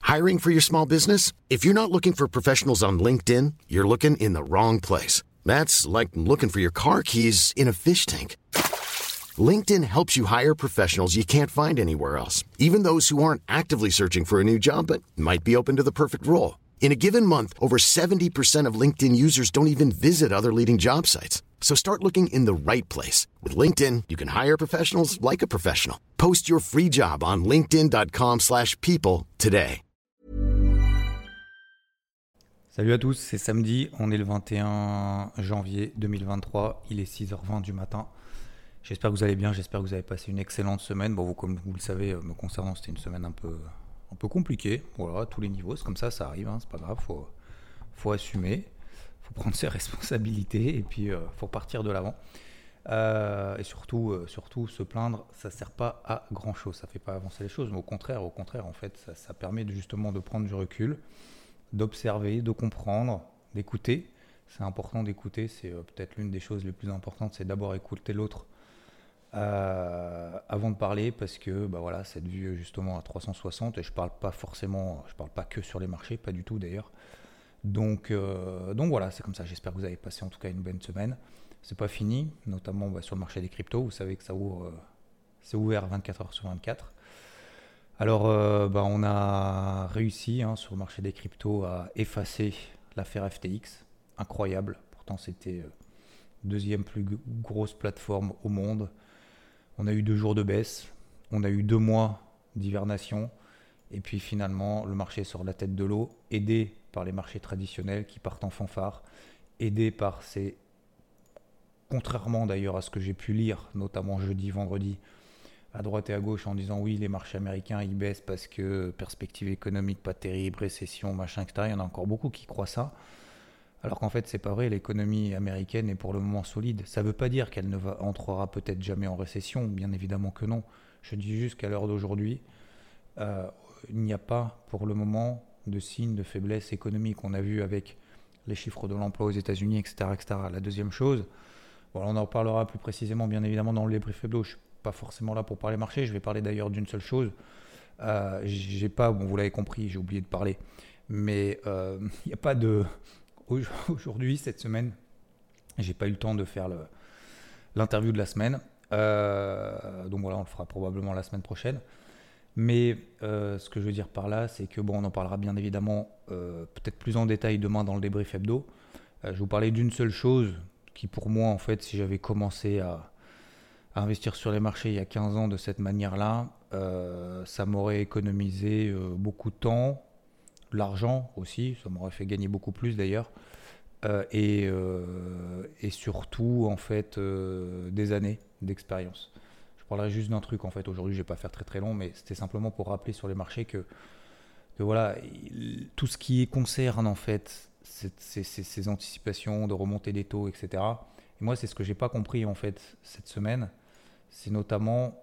Hiring for your small business? If you're not looking for professionals on LinkedIn, you're looking in the wrong place. That's like looking for your car keys in a fish tank. LinkedIn helps you hire professionals you can't find anywhere else, even those who aren't actively searching for a new job but might be open to the perfect role. In a given month, over 70% of LinkedIn users don't even visit other leading job sites. So start looking in the right place. With LinkedIn, you can hire professionals like a professional. Post your free job on linkedin.com/people today. Salut à tous, c'est samedi, on est le 21 janvier 2023, il est 6h20 du matin. J'espère que vous allez bien, j'espère que vous avez passé une excellente semaine. Bon, comme vous le savez, me concernant, c'était une semaine un peu compliquée. Voilà, à tous les niveaux, c'est comme ça arrive, hein, c'est pas grave, faut assumer, faut prendre ses responsabilités et puis faut partir de l'avant. Et surtout, se plaindre, ça sert pas à grand chose, ça fait pas avancer les choses, mais au contraire, en fait, ça permet justement de prendre du recul, d'observer, de comprendre, d'écouter. C'est important d'écouter, c'est peut-être l'une des choses les plus importantes, c'est d'abord écouter l'autre avant de parler, parce que voilà, cette vue justement à 360, et je parle pas que sur les marchés, pas du tout d'ailleurs. Donc voilà, c'est comme ça. J'espère que vous avez passé en tout cas une bonne semaine. C'est pas fini, notamment sur le marché des cryptos. Vous savez que c'est ouvert 24 heures sur 24. Alors on a réussi sur le marché des cryptos à effacer l'affaire FTX. Incroyable. Pourtant c'était deuxième plus grosse plateforme au monde. On a eu 2 jours de baisse, on a eu 2 mois d'hivernation, et puis finalement le marché sort la tête de l'eau, aidé par les marchés traditionnels qui partent en fanfare, aidé par ces, contrairement d'ailleurs à ce que j'ai pu lire, notamment jeudi, vendredi, à droite et à gauche, en disant oui, les marchés américains ils baissent parce que perspective économique pas terrible, récession, machin, etc. Il y en a encore beaucoup qui croient ça. Alors qu'en fait, c'est pas vrai, l'économie américaine est pour le moment solide. Ça ne veut pas dire qu'elle ne entrera peut-être jamais en récession, bien évidemment que non. Je dis juste qu'à l'heure d'aujourd'hui, il n'y a pas pour le moment de signe de faiblesse économique. On a vu avec les chiffres de l'emploi aux États-Unis, etc., etc. La deuxième chose, on en parlera plus précisément, bien évidemment, dans le débrief hebdo. Je ne suis pas forcément là pour parler marché. Je vais parler d'ailleurs d'une seule chose. Vous l'avez compris, j'ai oublié de parler. Mais il n'y a pas de... Aujourd'hui, cette semaine, j'ai pas eu le temps de faire l'interview de la semaine. Donc voilà, on le fera probablement la semaine prochaine. Mais ce que je veux dire par là, c'est que on en parlera bien évidemment peut-être plus en détail demain dans le débrief hebdo. Je vais vous parler d'une seule chose qui pour moi, en fait, si j'avais commencé à investir sur les marchés il y a 15 ans de cette manière-là, ça m'aurait économisé beaucoup de temps, de l'argent aussi, ça m'aurait fait gagner beaucoup plus d'ailleurs, et surtout en fait des années d'expérience. Je parlerai juste d'un truc en fait aujourd'hui, je vais pas faire très très long, mais c'était simplement pour rappeler sur les marchés que voilà, tout ce qui concerne en fait ces anticipations de remontée des taux, etc. Et moi c'est ce que j'ai pas compris en fait cette semaine, c'est notamment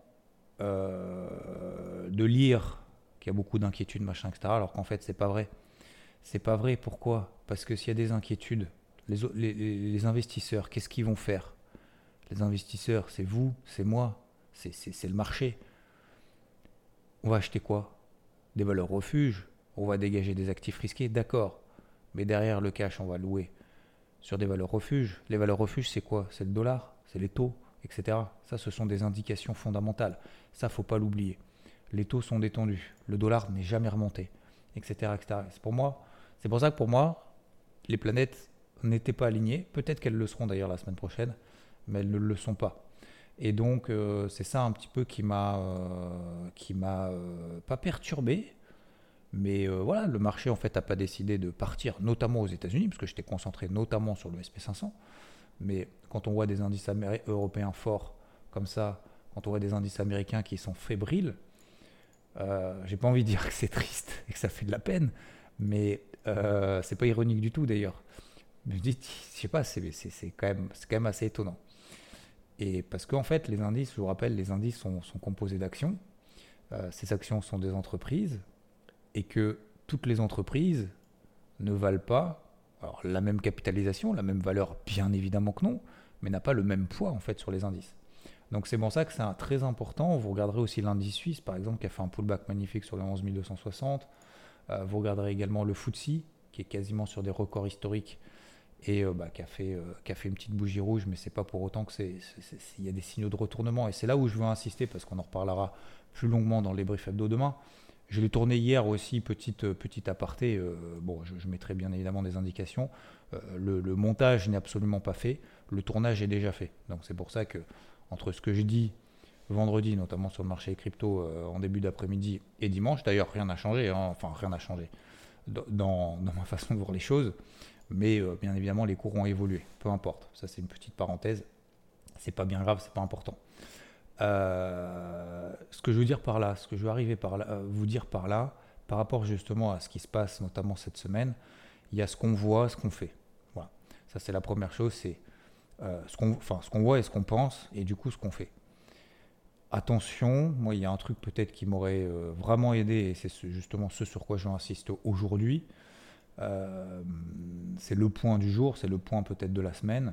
de lire qu'il y a beaucoup d'inquiétudes, machin, etc. Alors qu'en fait, c'est pas vrai. C'est pas vrai, pourquoi ? Parce que s'il y a des inquiétudes, les investisseurs, qu'est-ce qu'ils vont faire ? Les investisseurs, c'est vous, c'est moi, c'est le marché. On va acheter quoi ? Des valeurs refuges, on va dégager des actifs risqués, d'accord. Mais derrière le cash, on va louer sur des valeurs refuges. Les valeurs refuges, c'est quoi ? C'est le dollar, c'est les taux, etc. Ça, ce sont des indications fondamentales. Ça, faut pas l'oublier. Les taux sont détendus, le dollar n'est jamais remonté, etc., etc. C'est pour ça que pour moi, les planètes n'étaient pas alignées. Peut-être qu'elles le seront d'ailleurs la semaine prochaine, mais elles ne le sont pas. Et donc, c'est ça un petit peu qui m'a pas perturbé, mais voilà, le marché en fait n'a pas décidé de partir, notamment aux États-Unis, parce que j'étais concentré notamment sur le SP500. Mais quand on voit des indices européens forts comme ça, quand on voit des indices américains qui sont fébriles, j'ai pas envie de dire que c'est triste et que ça fait de la peine, mais c'est pas ironique du tout d'ailleurs. Je me dis, je sais pas, c'est quand même assez étonnant. Et parce qu'en fait, les indices, je vous rappelle, les indices sont composés d'actions. Ces actions sont des entreprises, et que toutes les entreprises ne valent pas la même capitalisation, la même valeur, bien évidemment que non, mais n'a pas le même poids en fait sur les indices. Donc c'est pour ça que c'est très important. Vous regarderez aussi l'indice suisse, par exemple, qui a fait un pullback magnifique sur les 11 260. Vous regarderez également le FTSE, qui est quasiment sur des records historiques et qui a fait une petite bougie rouge, mais c'est pas pour autant que il y a des signaux de retournement. Et c'est là où je veux insister, parce qu'on en reparlera plus longuement dans le débrief hebdo demain. Je l'ai tourné hier aussi, petit aparté. Je mettrai bien évidemment des indications. Le montage n'est absolument pas fait. Le tournage est déjà fait. Donc c'est pour ça que, entre ce que je dis vendredi, notamment sur le marché des cryptos en début d'après-midi et dimanche, d'ailleurs rien n'a changé, rien n'a changé dans ma façon de voir les choses. Mais bien évidemment, les cours ont évolué. Peu importe. Ça, c'est une petite parenthèse. C'est pas bien grave, c'est pas important. Ce que je veux dire par là, ce que je veux arriver vous dire par là, par rapport justement à ce qui se passe, notamment cette semaine, il y a ce qu'on voit, ce qu'on fait. Voilà. Ça, c'est la première chose, c'est ce qu'on voit et ce qu'on pense, et du coup, ce qu'on fait. Attention, moi, il y a un truc peut-être qui m'aurait vraiment aidé, et c'est justement ce sur quoi je insiste aujourd'hui. C'est le point du jour, c'est le point peut-être de la semaine.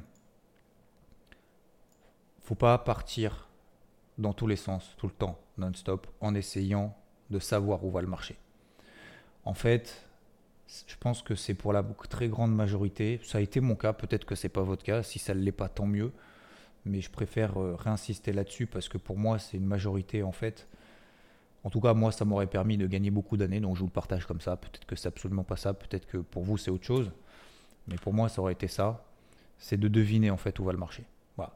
Faut pas partir dans tous les sens, tout le temps, non-stop, en essayant de savoir où va le marché. En fait, je pense que c'est pour la très grande majorité, ça a été mon cas, peut-être que c'est pas votre cas, si ça ne l'est pas, tant mieux, mais je préfère réinsister là-dessus parce que pour moi, c'est une majorité en fait. En tout cas, moi, ça m'aurait permis de gagner beaucoup d'années, donc je vous le partage comme ça. Peut-être que c'est absolument pas ça, peut-être que pour vous, c'est autre chose. Mais pour moi, ça aurait été ça. C'est de deviner en fait où va le marché. Voilà.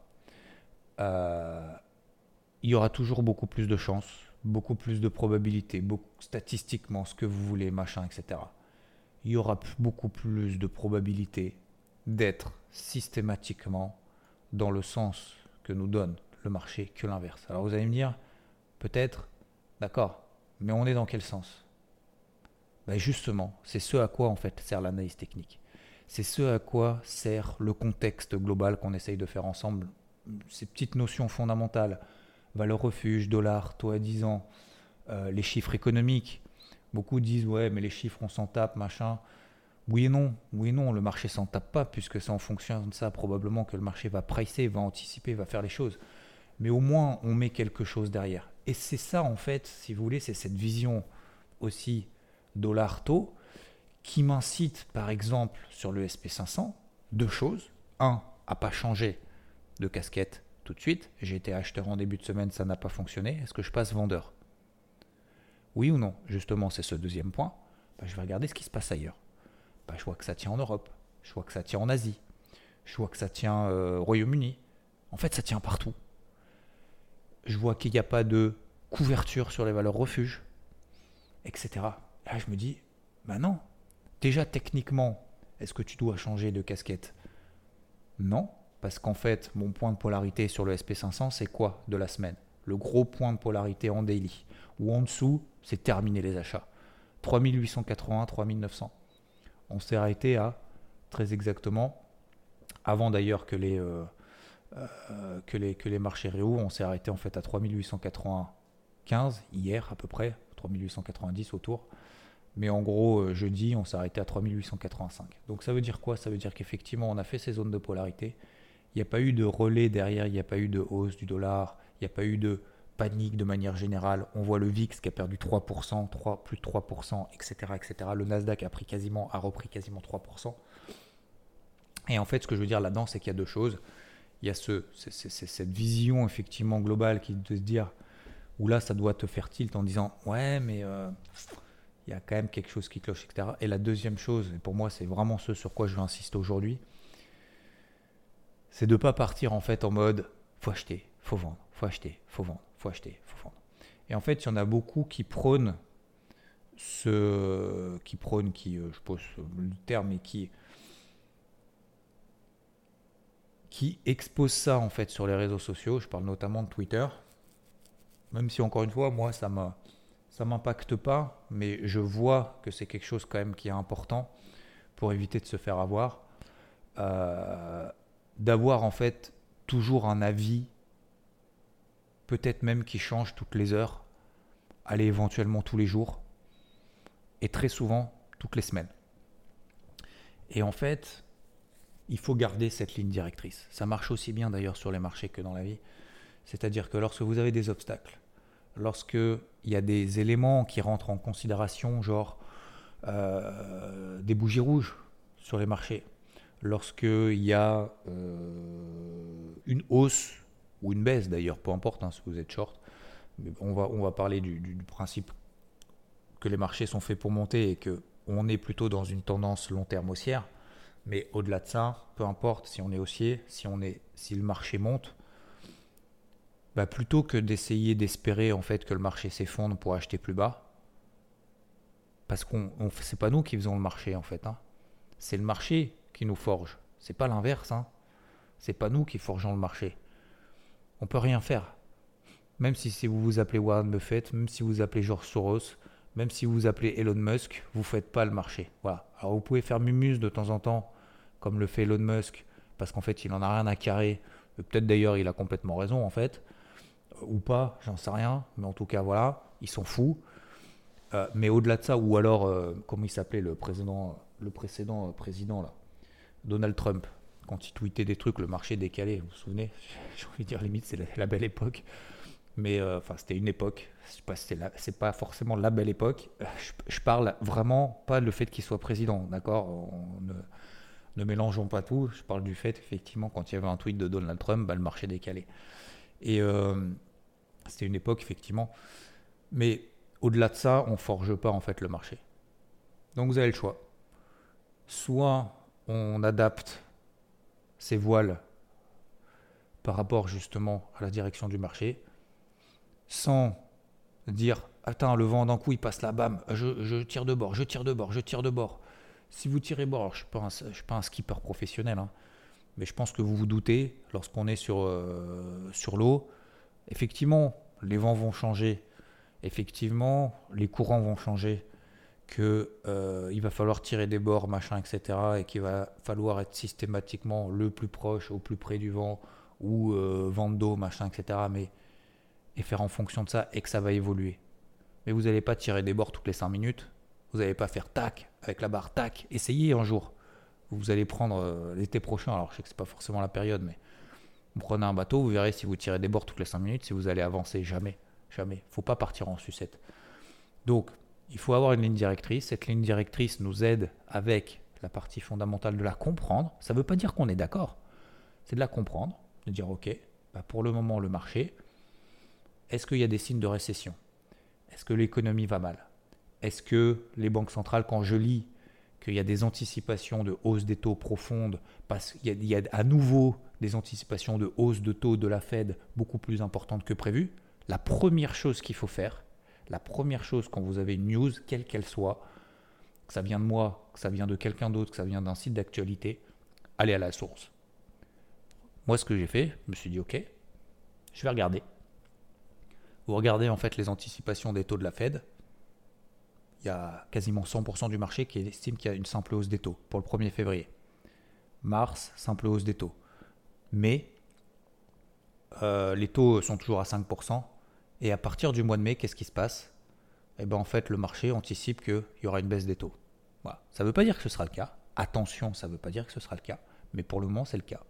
Il y aura toujours beaucoup plus de chances, beaucoup plus de probabilités, statistiquement, ce que vous voulez, machin, etc. Il y aura beaucoup plus de probabilités d'être systématiquement dans le sens que nous donne le marché que l'inverse. Alors vous allez me dire, peut-être, d'accord, mais on est dans quel sens ? Justement, c'est ce à quoi en fait sert l'analyse technique. C'est ce à quoi sert le contexte global qu'on essaye de faire ensemble. Ces petites notions fondamentales, valeur refuge, dollar, taux à 10 ans, les chiffres économiques. Beaucoup disent ouais mais les chiffres on s'en tape, machin. Oui et non, le marché s'en tape pas puisque c'est en fonction de ça probablement que le marché va pricer, va anticiper, va faire les choses. Mais au moins on met quelque chose derrière. Et c'est ça en fait, si vous voulez, c'est cette vision aussi dollar-taux qui m'incite par exemple sur le SP500, deux choses. Un, à pas changer de casquette tout de suite. J'ai été acheteur en début de semaine, ça n'a pas fonctionné. Est-ce que je passe vendeur ? Oui ou non ? Justement, c'est ce deuxième point. Je vais regarder ce qui se passe ailleurs. Je vois que ça tient en Europe, je vois que ça tient en Asie, je vois que ça tient au Royaume-Uni. En fait, ça tient partout. Je vois qu'il n'y a pas de couverture sur les valeurs refuges, etc. Là, je me dis, non. Déjà, techniquement, est-ce que tu dois changer de casquette ? Non, parce qu'en fait, mon point de polarité sur le SP500, c'est quoi de la semaine ? Le gros point de polarité en daily, où en dessous, c'est terminer les achats. 3880, 3900. On s'est arrêté à, très exactement, avant d'ailleurs que les marchés réouvrent, on s'est arrêté en fait à 3895 hier à peu près, 3890 autour. Mais en gros, jeudi, on s'est arrêté à 3885. Donc ça veut dire quoi ? Ça veut dire qu'effectivement, on a fait ces zones de polarité. Il n'y a pas eu de relais derrière, il n'y a pas eu de hausse du dollar, il n'y a pas eu de panique de manière générale. On voit le VIX qui a perdu 3%, plus de 3%, etc., etc. Le Nasdaq a repris quasiment 3%. Et en fait, ce que je veux dire là-dedans, c'est qu'il y a deux choses. Il y a cette vision effectivement globale qui de se dire, où là, ça doit te faire tilt en disant, ouais, mais il y a quand même quelque chose qui cloche, etc. Et la deuxième chose, et pour moi, c'est vraiment ce sur quoi je vais insister aujourd'hui, c'est de ne pas partir en fait en mode, faut acheter, faut vendre, faut acheter, faut vendre, faut acheter, faut vendre. Et en fait, il y en a beaucoup qui prônent je pose le terme, et qui exposent ça en fait sur les réseaux sociaux. Je parle notamment de Twitter. Même si encore une fois, moi, ça m'impacte pas, mais je vois que c'est quelque chose quand même qui est important pour éviter de se faire avoir. D'avoir en fait toujours un avis, peut-être même qui change toutes les heures, aller éventuellement tous les jours, et très souvent toutes les semaines. Et en fait, il faut garder cette ligne directrice. Ça marche aussi bien d'ailleurs sur les marchés que dans la vie. C'est-à-dire que lorsque vous avez des obstacles, lorsqu'il y a des éléments qui rentrent en considération, genre des bougies rouges sur les marchés. Lorsqu'il y a une hausse ou une baisse d'ailleurs, peu importe si vous êtes short, mais on va parler du principe que les marchés sont faits pour monter et qu'on est plutôt dans une tendance long terme haussière. Mais au-delà de ça, peu importe si on est haussier, si le marché monte, plutôt que d'essayer d'espérer en fait que le marché s'effondre pour acheter plus bas, parce qu'on c'est pas nous qui faisons le marché en fait, c'est le marché qui nous forge. C'est pas l'inverse, c'est pas nous qui forgeons le marché. On peut rien faire. Même si vous vous appelez Warren Buffett, même si vous vous appelez George Soros, même si vous vous appelez Elon Musk, vous faites pas le marché. Voilà. Alors vous pouvez faire mumuse de temps en temps, comme le fait Elon Musk, parce qu'en fait il en a rien à carrer. Peut-être d'ailleurs il a complètement raison en fait, ou pas, j'en sais rien. Mais en tout cas voilà, ils sont fous. Mais au-delà de ça, ou alors comment il s'appelait le précédent président là, Donald Trump, quand il tweetait des trucs, le marché décalé, vous vous souvenez? J'ai envie de dire limite c'est la belle époque. Mais c'était une époque. C'est pas forcément la belle époque. Je parle vraiment pas le fait qu'il soit président, d'accord? Ne mélangeons pas tout. Je parle du fait, effectivement, quand il y avait un tweet de Donald Trump, le marché décalé. Et c'était une époque, effectivement. Mais au-delà de ça, on forge pas en fait le marché. Donc vous avez le choix. Soit on adapte ses voiles par rapport justement à la direction du marché, sans dire attends, le vent d'un coup il passe là, bam, je tire de bord, je tire de bord, je tire de bord. Si vous tirez bord, alors, je ne suis pas un skipper professionnel, mais je pense que vous vous doutez, lorsqu'on est sur l'eau, effectivement, les vents vont changer, effectivement, les courants vont changer, il va falloir tirer des bords, machin, etc., et qu'il va falloir être systématiquement le plus proche, au plus près du vent, ou vent de dos, machin, etc., et faire en fonction de ça, et que ça va évoluer. Mais vous n'allez pas tirer des bords toutes les 5 minutes, vous n'allez pas faire tac, avec la barre tac, essayez un jour. Vous allez prendre l'été prochain, alors je sais que c'est pas forcément la période, mais vous prenez un bateau, vous verrez si vous tirez des bords toutes les 5 minutes, si vous allez avancer, jamais. Faut pas partir en sucette. Donc, il faut avoir une ligne directrice. Cette ligne directrice nous aide avec la partie fondamentale de la comprendre. Ça ne veut pas dire qu'on est d'accord. C'est de la comprendre, de dire ok, pour le moment le marché, est-ce qu'il y a des signes de récession? Est-ce que l'économie va mal? Est-ce que les banques centrales, quand je lis qu'il y a des anticipations de hausse des taux profondes, parce qu'il y a à nouveau des anticipations de hausse de taux de la Fed beaucoup plus importantes que prévu, la première chose qu'il faut faire, la première chose quand vous avez une news, quelle qu'elle soit, que ça vient de moi, que ça vient de quelqu'un d'autre, que ça vient d'un site d'actualité, allez à la source. Moi, ce que j'ai fait, je me suis dit, ok, je vais regarder. Vous regardez en fait les anticipations des taux de la Fed, il y a quasiment 100% du marché qui estime qu'il y a une simple hausse des taux pour le 1er février. Mars, simple hausse des taux. Mais les taux sont toujours à 5%. Et à partir du mois de mai, qu'est-ce qui se passe? En fait, le marché anticipe qu'il y aura une baisse des taux. Voilà. Ça ne veut pas dire que ce sera le cas. Attention, ça ne veut pas dire que ce sera le cas. Mais pour le moment, c'est le cas.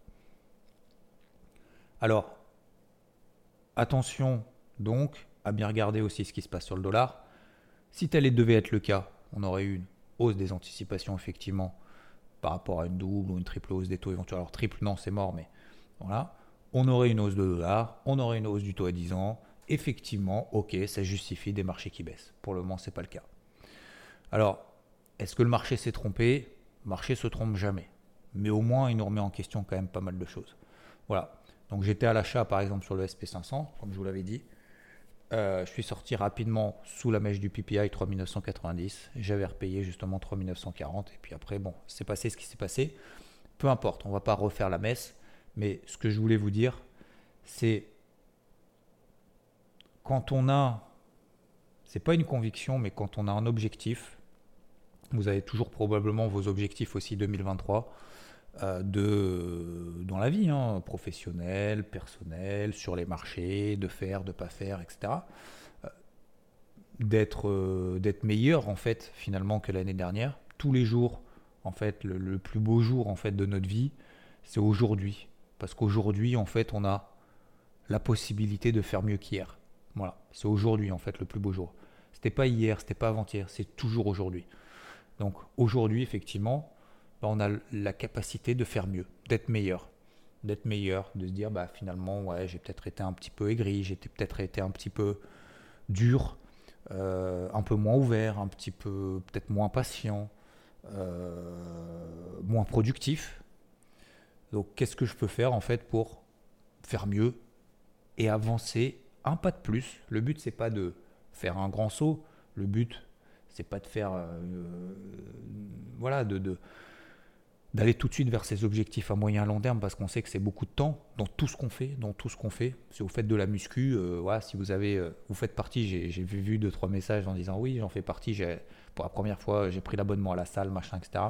Alors, attention donc à bien regarder aussi ce qui se passe sur le dollar. Si tel devait être le cas, on aurait eu une hausse des anticipations effectivement par rapport à une double ou une triple hausse des taux éventuels. Alors triple, non, c'est mort, mais voilà. On aurait une hausse de dollar, on aurait une hausse du taux à 10 ans. Effectivement, ok, ça justifie des marchés qui baissent. Pour le moment, ce n'est pas le cas. Alors, est-ce que le marché s'est trompé? Le marché se trompe jamais. Mais au moins, il nous remet en question quand même pas mal de choses. Voilà. Donc j'étais à l'achat par exemple sur le SP500, comme je vous l'avais dit. Je suis sorti rapidement sous la mèche du PPI 3990. J'avais repayé justement 3940. Et puis après, bon, c'est passé ce qui s'est passé. Peu importe, on ne va pas refaire la messe. Mais ce que je voulais vous dire, c'est quand on a, c'est pas une conviction, mais quand on a un objectif, vous avez toujours probablement vos objectifs aussi 2023 dans la vie, professionnelle, personnelle, sur les marchés, de faire, de pas faire, etc. D'être meilleur en fait finalement que l'année dernière. Tous les jours, en fait, le plus beau jour en fait de notre vie, c'est aujourd'hui, parce qu'aujourd'hui en fait on a la possibilité de faire mieux qu'hier. Voilà, c'est aujourd'hui en fait le plus beau jour. C'était pas hier, c'était pas avant-hier, c'est toujours aujourd'hui. Donc aujourd'hui, effectivement, on a la capacité de faire mieux, d'être meilleur, de se dire finalement, ouais, j'ai peut-être été un petit peu aigri, j'ai peut-être été un petit peu dur, un peu moins ouvert, un petit peu peut-être moins patient, moins productif. Donc qu'est-ce que je peux faire en fait pour faire mieux et avancer un pas de plus. Le but c'est pas de faire un grand saut, le but c'est pas de faire voilà d'aller tout de suite vers ses objectifs à moyen et long terme parce qu'on sait que c'est beaucoup de temps dans tout ce qu'on fait, Si vous faites de la muscu, voilà, si vous faites partie, j'ai vu 2-3 messages en disant oui, j'en fais partie, pour la première fois, j'ai pris l'abonnement à la salle, machin, etc.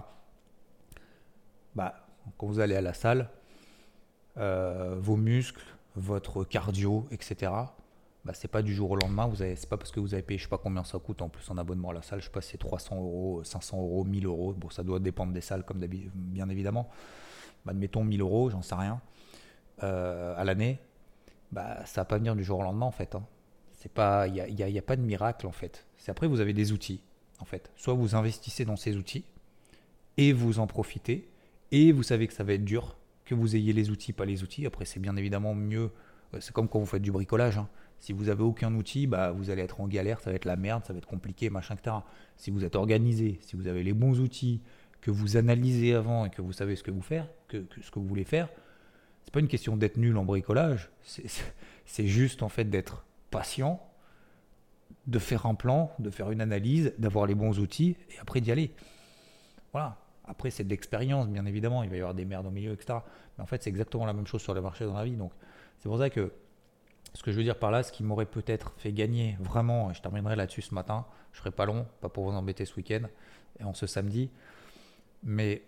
Quand vous allez à la salle, vos muscles, votre cardio, etc. C'est pas du jour au lendemain. C'est pas parce que vous avez payé, je sais pas combien ça coûte en plus en abonnement à la salle. Je sais pas si c'est 300 euros, 500 euros, 1000 euros. Bon, ça doit dépendre des salles, comme d'habitude, bien évidemment. Admettons 1000 euros, j'en sais rien, à l'année. Ça va pas venir du jour au lendemain en fait. C'est pas, il y a pas de miracle en fait. C'est après vous avez des outils en fait. Soit vous investissez dans ces outils et vous en profitez et vous savez que ça va être dur, que vous ayez les outils, pas les outils. Après, c'est bien évidemment mieux. C'est comme quand vous faites du bricolage. Si vous avez aucun outil, vous allez être en galère, ça va être la merde, ça va être compliqué, machin, etc. Si vous êtes organisé, si vous avez les bons outils, que vous analysez avant et que vous savez ce que ce que vous voulez faire, c'est pas une question d'être nul en bricolage. C'est juste en fait d'être patient, de faire un plan, de faire une analyse, d'avoir les bons outils et après d'y aller. Voilà. Après, c'est de l'expérience, bien évidemment. Il va y avoir des merdes au milieu, etc. Mais en fait, c'est exactement la même chose sur le marché dans la vie. Donc, c'est pour ça que ce que je veux dire par là, ce qui m'aurait peut-être fait gagner vraiment, et je terminerai là-dessus ce matin, je serai pas long, pas pour vous embêter ce week-end et en ce samedi, mais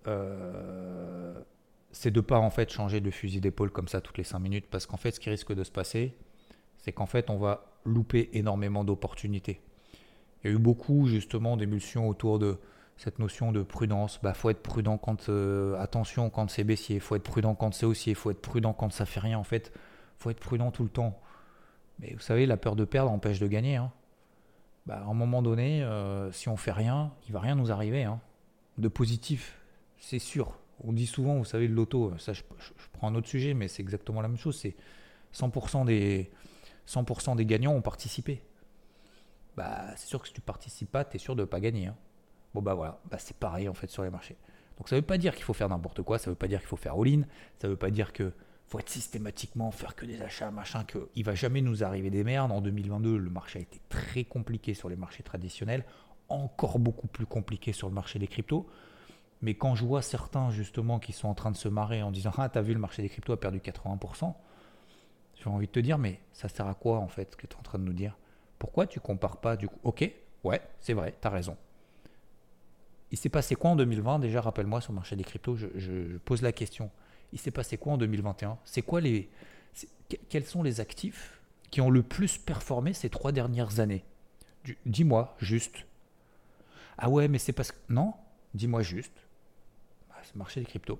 c'est de pas en fait changer de fusil d'épaule comme ça toutes les 5 minutes, parce qu'en fait, ce qui risque de se passer, c'est qu'en fait, on va louper énormément d'opportunités. Il y a eu beaucoup justement d'émulsions autour de cette notion de prudence. Faut être prudent quand attention quand c'est baissier, faut être prudent quand c'est haussier, faut être prudent quand ça fait rien. En fait, faut être prudent tout le temps. Mais vous savez, la peur de perdre empêche de gagner. À un moment donné, si on fait rien, il va rien nous arriver. De positif, c'est sûr. On dit souvent, vous savez, le loto. Ça, je prends un autre sujet, mais c'est exactement la même chose. C'est 100% des gagnants ont participé. C'est sûr que si tu participes pas, tu es sûr de ne pas gagner. Voilà, c'est pareil en fait sur les marchés. Donc ça veut pas dire qu'il faut faire n'importe quoi, ça veut pas dire qu'il faut faire all-in, ça veut pas dire que faut être systématiquement faire que des achats, machin, que il va jamais nous arriver des merdes. En 2022, le marché a été très compliqué sur les marchés traditionnels, encore beaucoup plus compliqué sur le marché des cryptos. Mais quand je vois certains justement qui sont en train de se marrer en disant ah t'as vu le marché des cryptos a perdu 80%, j'ai envie de te dire mais ça sert à quoi en fait ce que tu es en train de nous dire? Pourquoi tu compares pas du coup? Ok, ouais, c'est vrai, t'as raison. Il s'est passé quoi en 2020 déjà, rappelle-moi, sur le marché des cryptos, je pose la question. Il s'est passé quoi en 2021? Quels sont les actifs qui ont le plus performé ces 3 dernières années? Dis-moi juste. Ah ouais, mais c'est parce que... Non, dis-moi juste. C'est le marché des cryptos.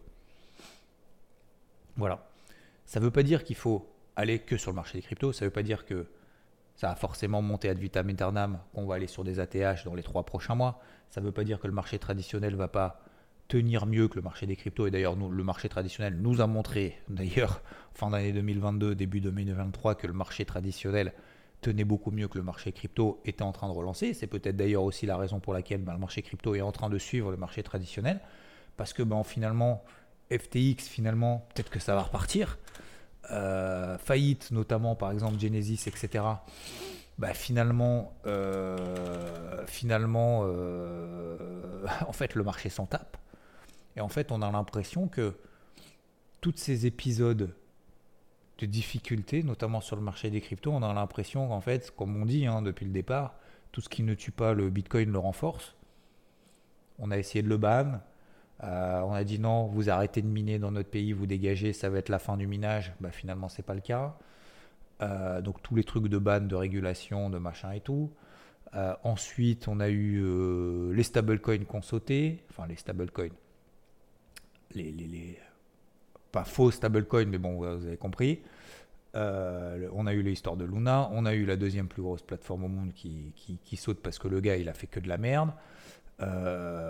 Voilà. Ça ne veut pas dire qu'il faut aller que sur le marché des cryptos, ça ne veut pas dire que ça va forcément monter ad vitam aeternam, qu'on va aller sur des ATH dans les 3 prochains mois. Ça ne veut pas dire que le marché traditionnel ne va pas tenir mieux que le marché des cryptos. Et d'ailleurs, le marché traditionnel nous a montré, d'ailleurs, fin d'année 2022, début 2023, que le marché traditionnel tenait beaucoup mieux que le marché crypto était en train de relancer. C'est peut-être d'ailleurs aussi la raison pour laquelle le marché crypto est en train de suivre le marché traditionnel. Parce que finalement, FTX, peut-être que ça va repartir. Faillite, notamment par exemple Genesis, etc. Finalement, en fait, le marché s'en tape. Et en fait, on a l'impression que tous ces épisodes de difficultés, notamment sur le marché des cryptos, on a l'impression qu'en fait, comme on dit depuis le départ, tout ce qui ne tue pas le Bitcoin le renforce. On a essayé de le ban. On a dit non, vous arrêtez de miner dans notre pays, vous dégagez, ça va être la fin du minage. Finalement, c'est pas le cas. Donc tous les trucs de ban, de régulation, de machin et tout. Ensuite, on a eu les stablecoins qui ont sauté. Enfin, les stablecoins. Les pas faux stablecoins, mais bon, vous avez compris. On a eu l'histoire de Luna. On a eu la deuxième plus grosse plateforme au monde qui saute parce que le gars, il a fait que de la merde.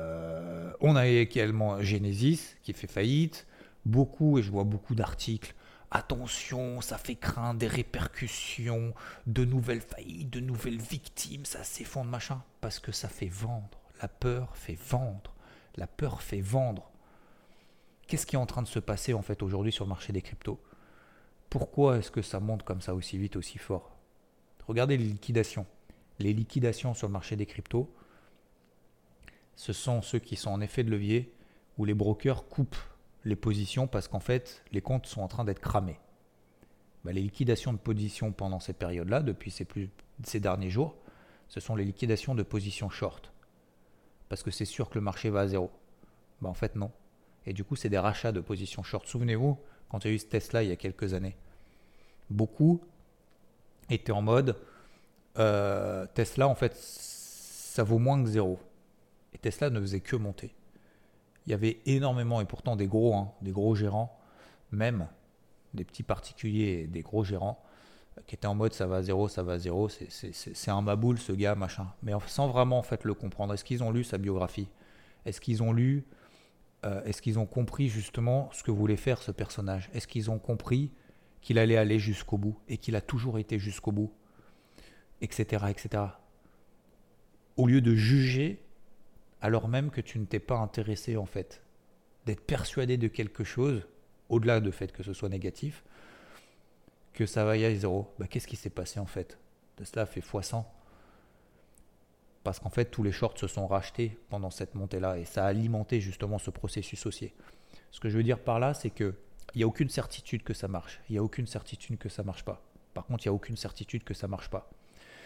On a également Genesis qui fait faillite. Et je vois beaucoup d'articles. Attention, ça fait craindre des répercussions, de nouvelles faillites, de nouvelles victimes, ça s'effondre, machin. Parce que ça fait vendre. La peur fait vendre. La peur fait vendre. Qu'est-ce qui est en train de se passer en fait aujourd'hui sur le marché des cryptos? Pourquoi est-ce que ça monte comme ça aussi vite, aussi fort? Regardez les liquidations. Les liquidations sur le marché des cryptos, ce sont ceux qui sont en effet de levier où les brokers coupent les positions parce qu'en fait, les comptes sont en train d'être cramés. Les liquidations de positions pendant cette période-là, depuis ces derniers jours, ce sont les liquidations de positions short. Parce que c'est sûr que le marché va à zéro. En fait, non. Et du coup, c'est des rachats de positions short. Souvenez-vous, quand il y a eu ce Tesla il y a quelques années, beaucoup étaient en mode Tesla, en fait, ça vaut moins que zéro. Et Tesla ne faisait que monter. Il y avait énormément, et pourtant des gros gérants, même des petits particuliers, des gros gérants, qui étaient en mode ça va à zéro, c'est un maboule ce gars, machin. Mais sans vraiment en fait le comprendre. Est-ce qu'ils ont lu sa biographie? Est-ce qu'ils ont compris justement ce que voulait faire ce personnage? Est-ce qu'ils ont compris qu'il allait aller jusqu'au bout et qu'il a toujours été jusqu'au bout, etc., etc. Au lieu de juger, alors même que tu ne t'es pas intéressé en fait, d'être persuadé de quelque chose, au-delà du fait que ce soit négatif, que ça va y aller zéro. Qu'est-ce qui s'est passé en fait? Tesla a fait x100. Parce qu'en fait, tous les shorts se sont rachetés pendant cette montée-là et ça a alimenté justement ce processus haussier. Ce que je veux dire par là, c'est qu'il n'y a aucune certitude que ça marche. Il n'y a aucune certitude que ça ne marche pas. Par contre, il n'y a aucune certitude que ça ne marche pas.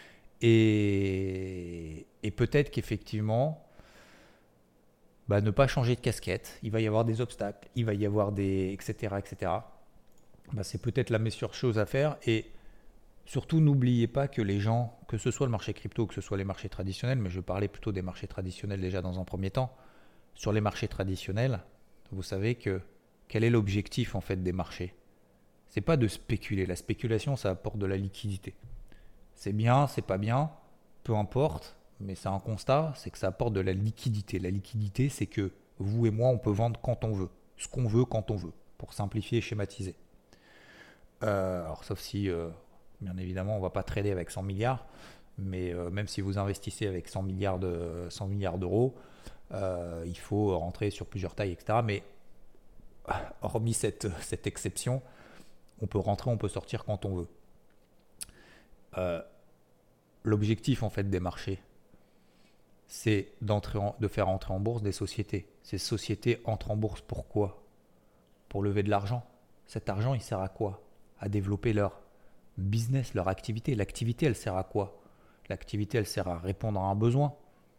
Et peut-être qu'effectivement, ne pas changer de casquette, il va y avoir des obstacles, il va y avoir des etc. etc. C'est peut-être la meilleure chose à faire. Et surtout, n'oubliez pas que les gens, que ce soit le marché crypto, que ce soit les marchés traditionnels, mais je parlais plutôt des marchés traditionnels déjà dans un premier temps. Sur les marchés traditionnels, vous savez quel est l'objectif en fait des marchés? C'est pas de spéculer. La spéculation, ça apporte de la liquidité. C'est bien, c'est pas bien, peu importe, mais c'est un constat, c'est que ça apporte de la liquidité. La liquidité, c'est que vous et moi, on peut vendre quand on veut, ce qu'on veut quand on veut, pour simplifier et schématiser. Alors, sauf si, bien évidemment, on ne va pas trader avec 100 milliards, mais même si vous investissez avec 100 milliards d'euros, il faut rentrer sur plusieurs tailles, etc. Mais hormis cette exception, on peut rentrer, on peut sortir quand on veut. L'objectif en fait des marchés, c'est de faire entrer en bourse des sociétés. Ces sociétés entrent en bourse pourquoi? Pour lever de l'argent. Cet argent, il sert à quoi? À développer leur business, leur activité. L'activité, elle sert à quoi? L'activité, elle sert à répondre à un besoin.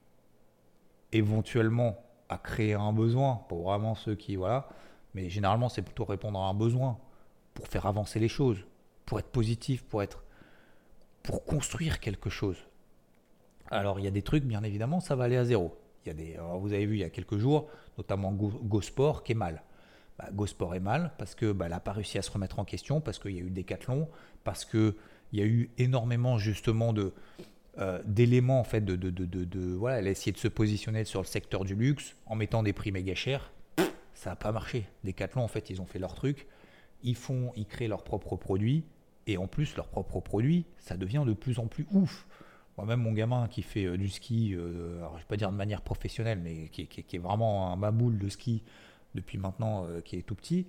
Éventuellement, à créer un besoin pour vraiment ceux qui... Voilà. Mais généralement, c'est plutôt répondre à un besoin pour faire avancer les choses, pour être positif, pour construire quelque chose. Alors, il y a des trucs, bien évidemment, ça va aller à zéro. Vous avez vu il y a quelques jours, notamment GoSport qui est mal. GoSport est mal parce que elle n'a pas réussi à se remettre en question, parce qu'il y a eu Decathlon, parce qu'il y a eu énormément justement d'éléments en fait voilà, elle a essayé de se positionner sur le secteur du luxe en mettant des prix méga chers. Ça n'a pas marché. Decathlon, en fait, ils ont fait leur truc, ils créent leurs propres produits, et en plus leurs propres produits, ça devient de plus en plus ouf. Moi-même, mon gamin qui fait du ski, alors je ne vais pas dire de manière professionnelle, mais qui est vraiment un maboule de ski depuis maintenant, qui est tout petit,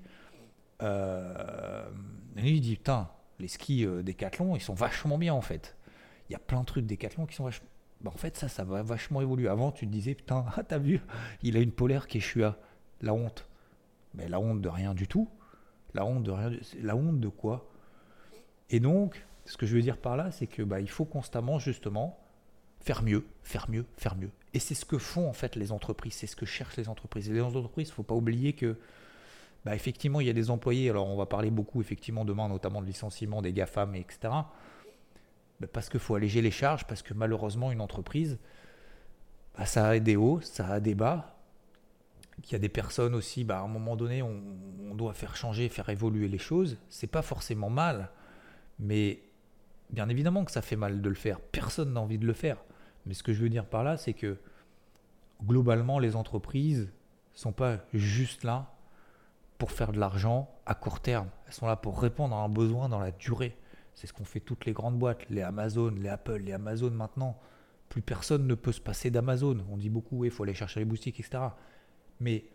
il dit putain, les skis Decathlon, ils sont vachement bien en fait. Il y a plein de trucs Decathlon qui sont vachement... en fait, ça va vachement évoluer. Avant, tu te disais putain, t'as vu, il a une polaire qui est Shua. La honte. Mais la honte de rien du tout. La honte de quoi? Et donc, ce que je veux dire par là, c'est que il faut constamment justement faire mieux. Et c'est ce que font en fait les entreprises, c'est ce que cherchent les entreprises. Et les entreprises, il ne faut pas oublier que effectivement, il y a des employés. Alors, on va parler beaucoup effectivement demain, notamment de licenciement des GAFAM, etc. Parce qu'il faut alléger les charges, parce que malheureusement, une entreprise, ça a des hauts, ça a des bas. Il y a des personnes aussi, à un moment donné, on doit faire changer, faire évoluer les choses. C'est pas forcément mal, mais bien évidemment que ça fait mal de le faire. Personne n'a envie de le faire. Mais ce que je veux dire par là, c'est que globalement, les entreprises, sont pas juste là pour faire de l'argent à court terme. Elles sont là pour répondre à un besoin dans la durée. C'est ce qu'ont fait toutes les grandes boîtes, les Amazon, les Apple, les Amazon maintenant. Plus personne ne peut se passer d'Amazon. On dit beaucoup, il faut aller chercher les boutiques, etc. Mais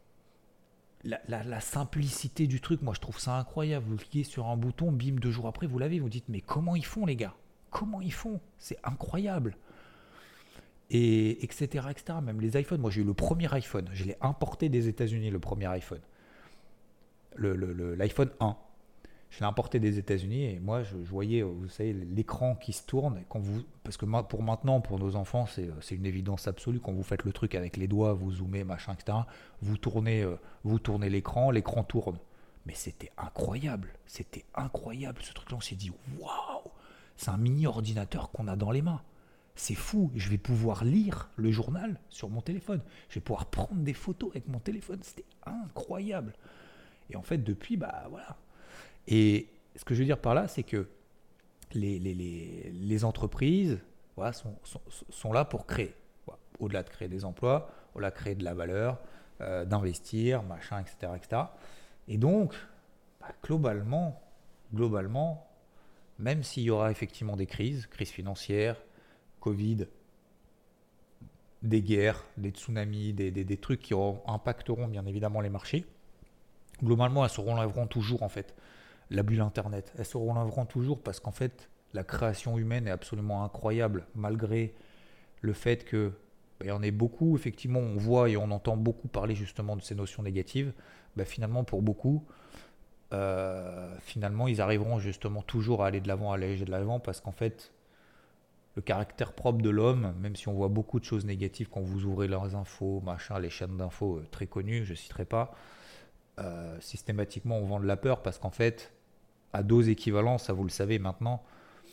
la simplicité du truc, moi je trouve ça incroyable. Vous cliquez sur un bouton, bim, 2 jours après, vous l'avez. Vous dites, mais comment ils font les gars? Comment ils font? C'est incroyable. Et etc., etc. Même les iPhones. Moi j'ai eu le premier iPhone. Je l'ai importé des États-Unis, le premier iPhone. L'iPhone 1. Je l'ai importé des États-Unis et moi je voyais, vous savez, l'écran qui se tourne. Parce que pour maintenant, pour nos enfants, c'est une évidence absolue. Quand vous faites le truc avec les doigts, vous zoomez, machin, etc. Vous tournez l'écran tourne. Mais c'était incroyable. C'était incroyable ce truc-là. On s'est dit, waouh, c'est un mini ordinateur qu'on a dans les mains. C'est fou. Je vais pouvoir lire le journal sur mon téléphone. Je vais pouvoir prendre des photos avec mon téléphone. C'était incroyable. Et en fait, depuis, bah voilà. Et ce que je veux dire par là, c'est que les entreprises voilà, sont là pour créer. Voilà. Au-delà de créer des emplois, au-delà de créer de la valeur, d'investir, machin, etc., etc. Et donc, bah, globalement, même s'il y aura effectivement des crises financières, Covid, des guerres, des tsunamis, des trucs qui impacteront bien évidemment les marchés, globalement, elles se relèveront toujours en fait. La bulle Internet, elles se relèveront toujours parce qu'en fait, la création humaine est absolument incroyable malgré le fait que il y en ait beaucoup. Effectivement, on voit et on entend beaucoup parler justement de ces notions négatives. Finalement, pour beaucoup, finalement, ils arriveront justement toujours à aller de l'avant, à aller de l'avant parce qu'en fait, le caractère propre de l'homme, même si on voit beaucoup de choses négatives quand vous ouvrez leurs infos, machin, les chaînes d'infos très connues, je ne citerai pas, systématiquement on vend de la peur parce qu'en fait, à dose équivalente, ça vous le savez maintenant,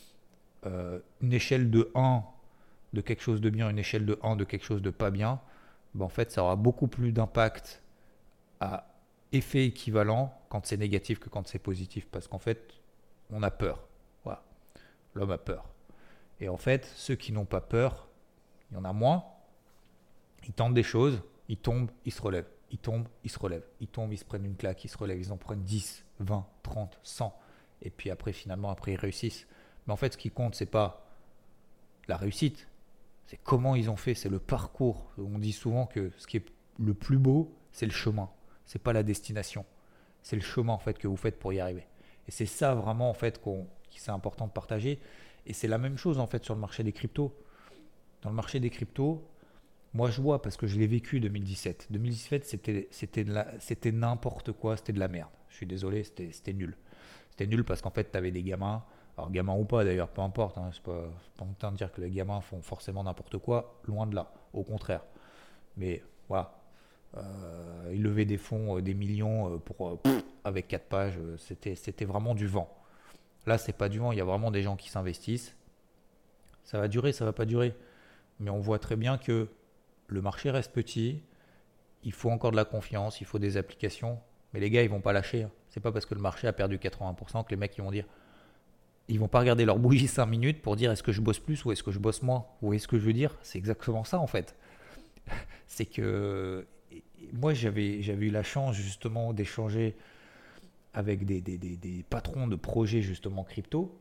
une échelle de 1 de quelque chose de bien, une échelle de 1 de quelque chose de pas bien, en fait ça aura beaucoup plus d'impact à effet équivalent quand c'est négatif que quand c'est positif parce qu'en fait on a peur. Voilà. L'homme a peur. Et en fait, ceux qui n'ont pas peur, il y en a moins, ils tentent des choses, ils tombent, ils se relèvent. Ils tombent, ils se relèvent. Ils tombent, ils se prennent une claque, ils se relèvent. Ils en prennent 10, 20, 30, 100. Et puis après, finalement, ils réussissent. Mais en fait, ce qui compte, c'est pas la réussite. C'est comment ils ont fait. C'est le parcours. On dit souvent que ce qui est le plus beau, c'est le chemin. C'est pas la destination. C'est le chemin, en fait, que vous faites pour y arriver. Et c'est ça, vraiment, en fait, qui c'est important de partager. Et c'est la même chose, en fait, sur le marché des cryptos. Dans le marché des cryptos, moi, je vois parce que je l'ai vécu 2017. 2017, c'était n'importe quoi, c'était de la merde. Je suis désolé, c'était nul. C'était nul parce qu'en fait, tu avais des gamins, alors gamins ou pas d'ailleurs, peu importe. C'est pas en train de dire que les gamins font forcément n'importe quoi, loin de là, au contraire. Mais voilà, ils levaient des fonds, des millions avec 4 pages, c'était vraiment du vent. Là, c'est pas du vent, il y a vraiment des gens qui s'investissent. Ça va durer, ça va pas durer. Mais on voit très bien que le marché reste petit, il faut encore de la confiance, il faut des applications, mais les gars ils vont pas lâcher. C'est pas parce que le marché a perdu 80% que les mecs ils vont dire, ils vont pas regarder leur bougie 5 minutes pour dire est-ce que je bosse plus ou est-ce que je bosse moins. Vous voyez ce que je veux dire? C'est exactement ça en fait. C'est que moi j'avais eu la chance justement d'échanger avec des patrons de projets justement crypto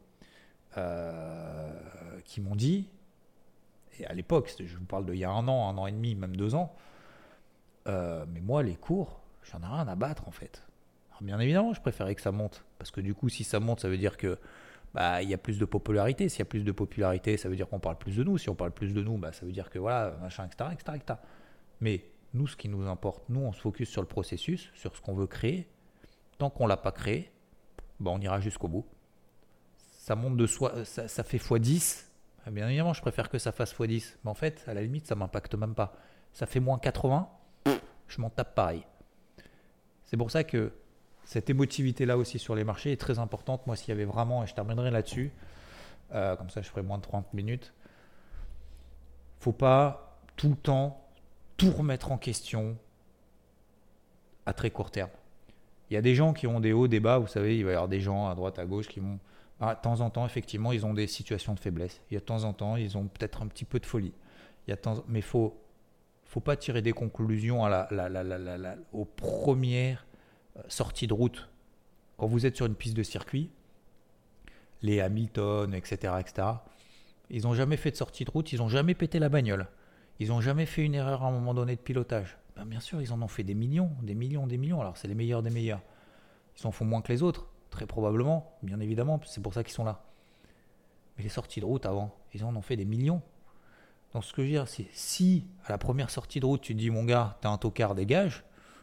qui m'ont dit, et à l'époque, je vous parle d'il y a 1 an et demi, même 2 ans, mais moi, les cours, j'en ai rien à battre en fait. Alors, bien évidemment, je préférais que ça monte, parce que du coup, si ça monte, ça veut dire que il y a plus de popularité. S'il y a plus de popularité, ça veut dire qu'on parle plus de nous. Si on parle plus de nous, ça veut dire que voilà, machin, etc., etc., etc. Mais nous, ce qui nous importe, nous, on se focus sur le processus, sur ce qu'on veut créer. Tant qu'on l'a pas créé, on ira jusqu'au bout. Ça monte de soi, ça fait x10. Bien évidemment, je préfère que ça fasse x10. Mais en fait, à la limite, ça m'impacte même pas. Ça fait moins 80, je m'en tape pareil. C'est pour ça que cette émotivité-là aussi sur les marchés est très importante. Moi, s'il y avait vraiment, et je terminerai là-dessus, comme ça je ferai moins de 30 minutes, faut pas tout le temps tout remettre en question à très court terme. Il y a des gens qui ont des hauts, des bas, vous savez, il va y avoir des gens à droite, à gauche qui vont... de temps en temps, effectivement, ils ont des situations de faiblesse. Il y a de temps en temps, ils ont peut-être un petit peu de folie. Mais il faut faut pas tirer des conclusions aux premières sorties de route. Quand vous êtes sur une piste de circuit, les Hamilton, etc., ils n'ont jamais fait de sortie de route, ils n'ont jamais pété la bagnole. Ils n'ont jamais fait une erreur à un moment donné de pilotage. Ben, bien sûr, ils en ont fait des millions. Alors, c'est les meilleurs des meilleurs. Ils en font moins que les autres, très probablement, bien évidemment. C'est pour ça qu'ils sont là. Mais les sorties de route avant, ils en ont fait des millions. Donc, ce que je veux dire, c'est si à la première sortie de route, tu te dis, mon gars, t'as un tocard, dégage,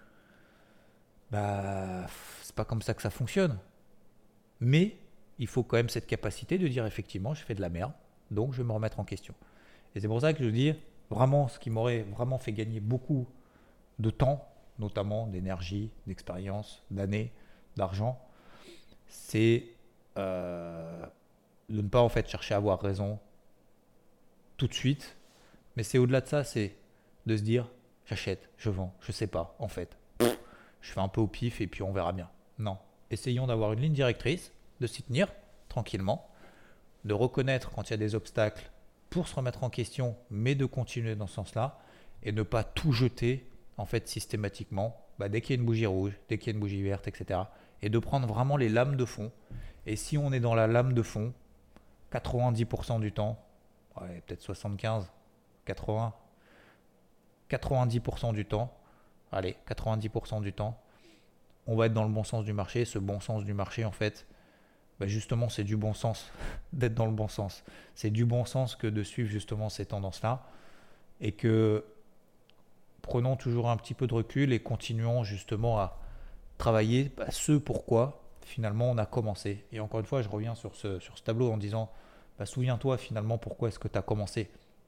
bah, c'est pas comme ça que ça fonctionne. Mais il faut quand même cette capacité de dire, effectivement, j'ai fait de la merde, donc je vais me remettre en question. Et c'est pour ça que je dis, vraiment, ce qui m'aurait vraiment fait gagner beaucoup de temps, notamment d'énergie, d'expérience, d'années, d'argent, c'est de ne pas en fait chercher à avoir raison tout de suite, mais c'est au-delà de ça, c'est de se dire j'achète, je vends, je sais pas, en fait, je fais un peu au pif et puis on verra bien. Non, essayons d'avoir une ligne directrice, de s'y tenir tranquillement, de reconnaître quand il y a des obstacles pour se remettre en question, mais de continuer dans ce sens-là et ne pas tout jeter en fait systématiquement dès qu'il y a une bougie rouge, dès qu'il y a une bougie verte, etc. Et de prendre vraiment les lames de fond. Et si on est dans la lame de fond, 90% du temps, peut-être 75, 80, 90% du temps, 90% du temps, on va être dans le bon sens du marché. Ce bon sens du marché, en fait, justement, c'est du bon sens d'être dans le bon sens. C'est du bon sens que de suivre justement ces tendances-là et que prenons toujours un petit peu de recul et continuons justement à travailler ce pourquoi finalement on a commencé. Et encore une fois, je reviens sur ce tableau en disant souviens-toi finalement pourquoi est-ce que tu as commencé.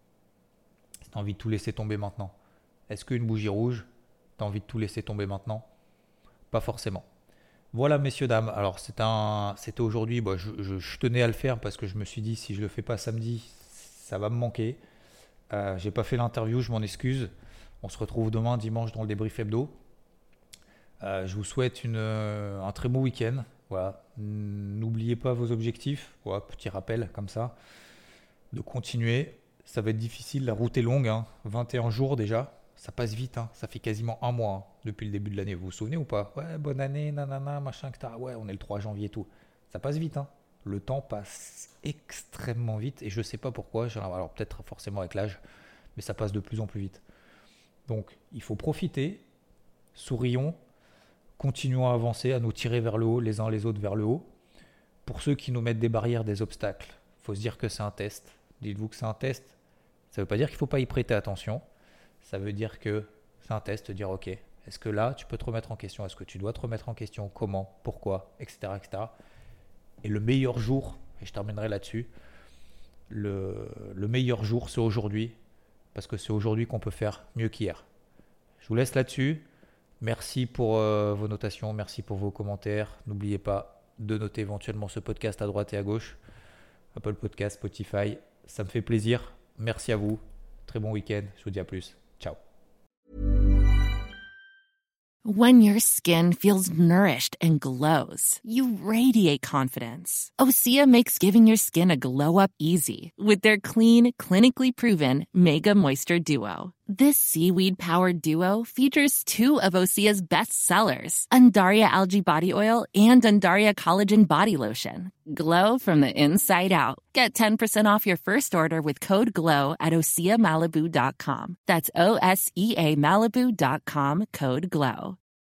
Si tu as envie de tout laisser tomber maintenant. Est-ce qu'une bougie rouge, tu as envie de tout laisser tomber maintenant? Pas forcément. Voilà messieurs, dames, alors c'était aujourd'hui, je tenais à le faire parce que je me suis dit si je le fais pas samedi, ça va me manquer. J'ai pas fait l'interview, je m'en excuse. On se retrouve demain dimanche dans le débrief hebdo. Je vous souhaite un très bon week-end. Voilà. N'oubliez pas vos objectifs. Voilà, petit rappel comme ça. De continuer. Ça va être difficile, la route est longue. 21 jours déjà. Ça passe vite. Ça fait quasiment un mois depuis le début de l'année. Vous vous souvenez ou pas? Ouais, bonne année, nanana, machin, etc. Ouais, on est le 3 janvier et tout. Ça passe vite. Le temps passe extrêmement vite. Et je ne sais pas pourquoi. Alors peut-être forcément avec l'âge. Mais ça passe de plus en plus vite. Donc, il faut profiter, sourions, continuons à avancer, à nous tirer vers le haut, les uns les autres vers le haut. Pour ceux qui nous mettent des barrières, des obstacles, il faut se dire que c'est un test. Dites-vous que c'est un test. Ça ne veut pas dire qu'il ne faut pas y prêter attention. Ça veut dire que c'est un test, dire ok, est-ce que là, tu peux te remettre en question? Est-ce que tu dois te remettre en question? Comment? Pourquoi? Etc. etc. Et le meilleur jour, et je terminerai là-dessus, le meilleur jour, c'est aujourd'hui. Parce que c'est aujourd'hui qu'on peut faire mieux qu'hier. Je vous laisse là-dessus. Merci pour vos notations, merci pour vos commentaires. N'oubliez pas de noter éventuellement ce podcast à droite et à gauche. Apple Podcast, Spotify, ça me fait plaisir. Merci à vous. Très bon week-end. Je vous dis à plus. Ciao. When your skin feels nourished and glows, you radiate confidence. Osea makes giving your skin a glow up easy with their clean, clinically proven Mega Moisture Duo. This seaweed-powered duo features two of Osea's best sellers, Undaria Algae Body Oil and Undaria Collagen Body Lotion. Glow from the inside out. Get 10% off your first order with code GLOW at OseaMalibu.com. That's OSEA Malibu.com, code GLOW.